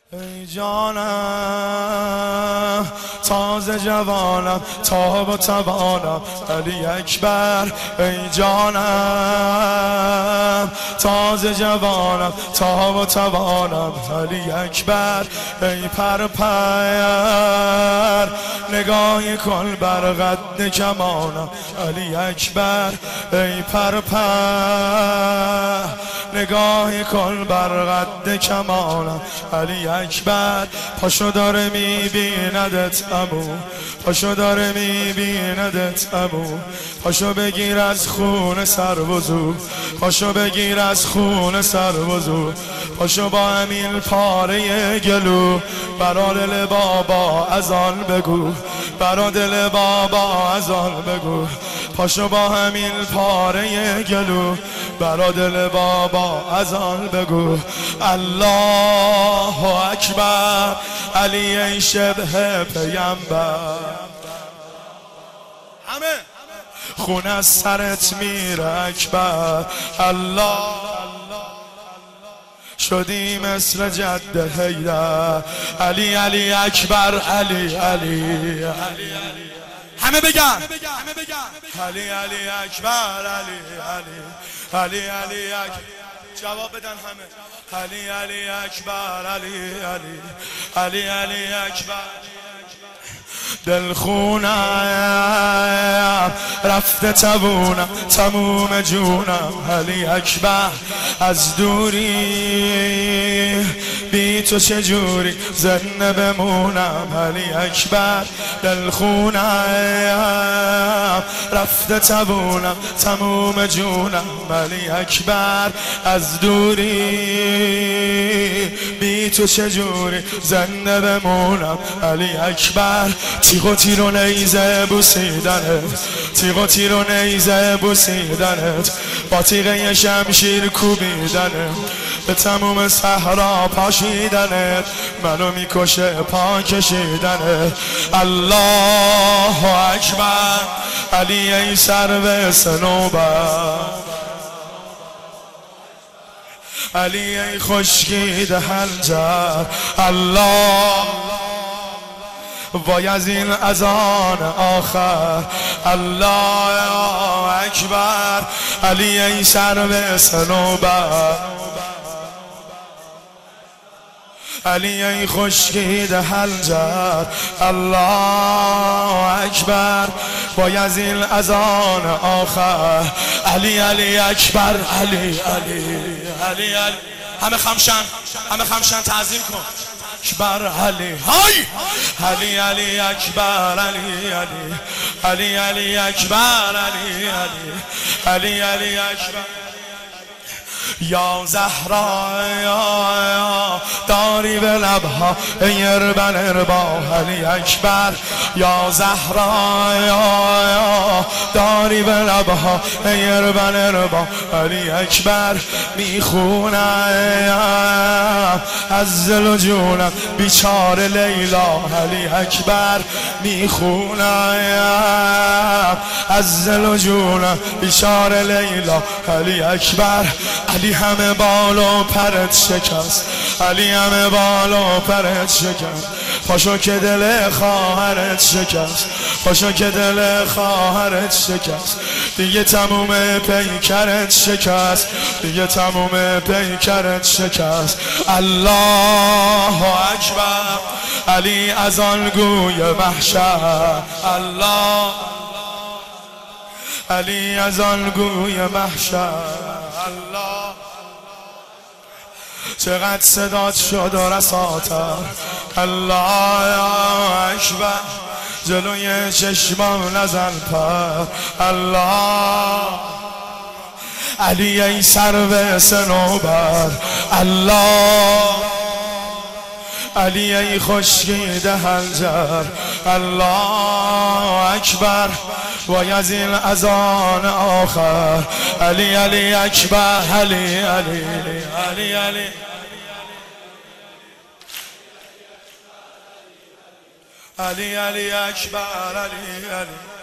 ای جانم تازه جوانم تاب و توانم علی اکبر. ای جانم تازه جوانم تاب و توانم علی اکبر. ای پر نگاهی کن بر قد کمانم علی اکبر. ای پر نگاهی کن بر قد کمانم علی اکبر. پاشو داره میبیندت عمو، پاشو داره میبیندت عمو، پاشو بگیر از خون سر وضو، پاشو بگیر از خون سر وضو، پاشو با همین پاره گلو برا دل بابا از آن بگو، برا دل بابا از آن بگو. پاشو با همین پاره گلو برا دل بابا از آن بگو. الله اکبر علی ای شبه پیامبر. همه خون از سرت میره اکبر. الله شدی مثل جد حیدر. علی علی اکبر علی علی علی همه بگن علی علی اکبر علی علی علی علی اکبر. جواب بدن همه علی علی اکبر علی علی علی علی اکبر. دلخونم رفته توونم تموم جونم علی اکبر. از دوری بی تو چجوری زنده بمونم علی اکبر. دلخونم رفته توونم تموم جونم علی اکبر. از دوری بی تو چجوری زنده بمونم علی اکبر. تیغ و تیر و نیزه بوسیدنت، تیغ و تیر و نیزه بوسیدنت، با تیغه شمشیر کوبیدنت، به تموم صحرا پاشیدنت، منو میکشه پا کشیدنت. الله اکبر علی ای سرو صنوبر، علی ای خشکید حنجر. الله وای از این اذان آخر. الله اکبر علی ای سرو صنوبر، علی ای خشکید حنجر. الله اکبر وای از این اذان آخر. علی علی اکبر علی علی علی علی. همه خمشن، همه خمشن تعظیم کن اکبر علی های علی علی اکبر علی علی علی علی اکبر علی علی علی علی اکبر. یا زهرا یا داری به لبها اربن اربا علی اکبر. یا زهرا یا داری به لبها اربن اربا علی اکبر. میخونم از دل و جونم بیچار لیلا علی اکبر. میخونم از دل و جونم بیچار لیلا علی اکبر. علی همه بال و پرت شکست، علی همه بال و پرت شکست. پاشو که دل خواهرت شکست، پاشو که دل خواهرت شکست. دیگه تموم پیکرت شکست، دیگه تموم پیکرت شکست. الله اکبر علی از آن گوی محشر. الله علی از آن گوی محشر. الله چقدر صدات شد و رساتر. الله اکبر جلوی چشمام نزن پر. الله علی ای سرو صنوبر. الله علی ای خشکید حنجر. الله اکبر وای از این اذان آخر. علی علی اکبر علی علی علی علی علی علی اکبر علی علی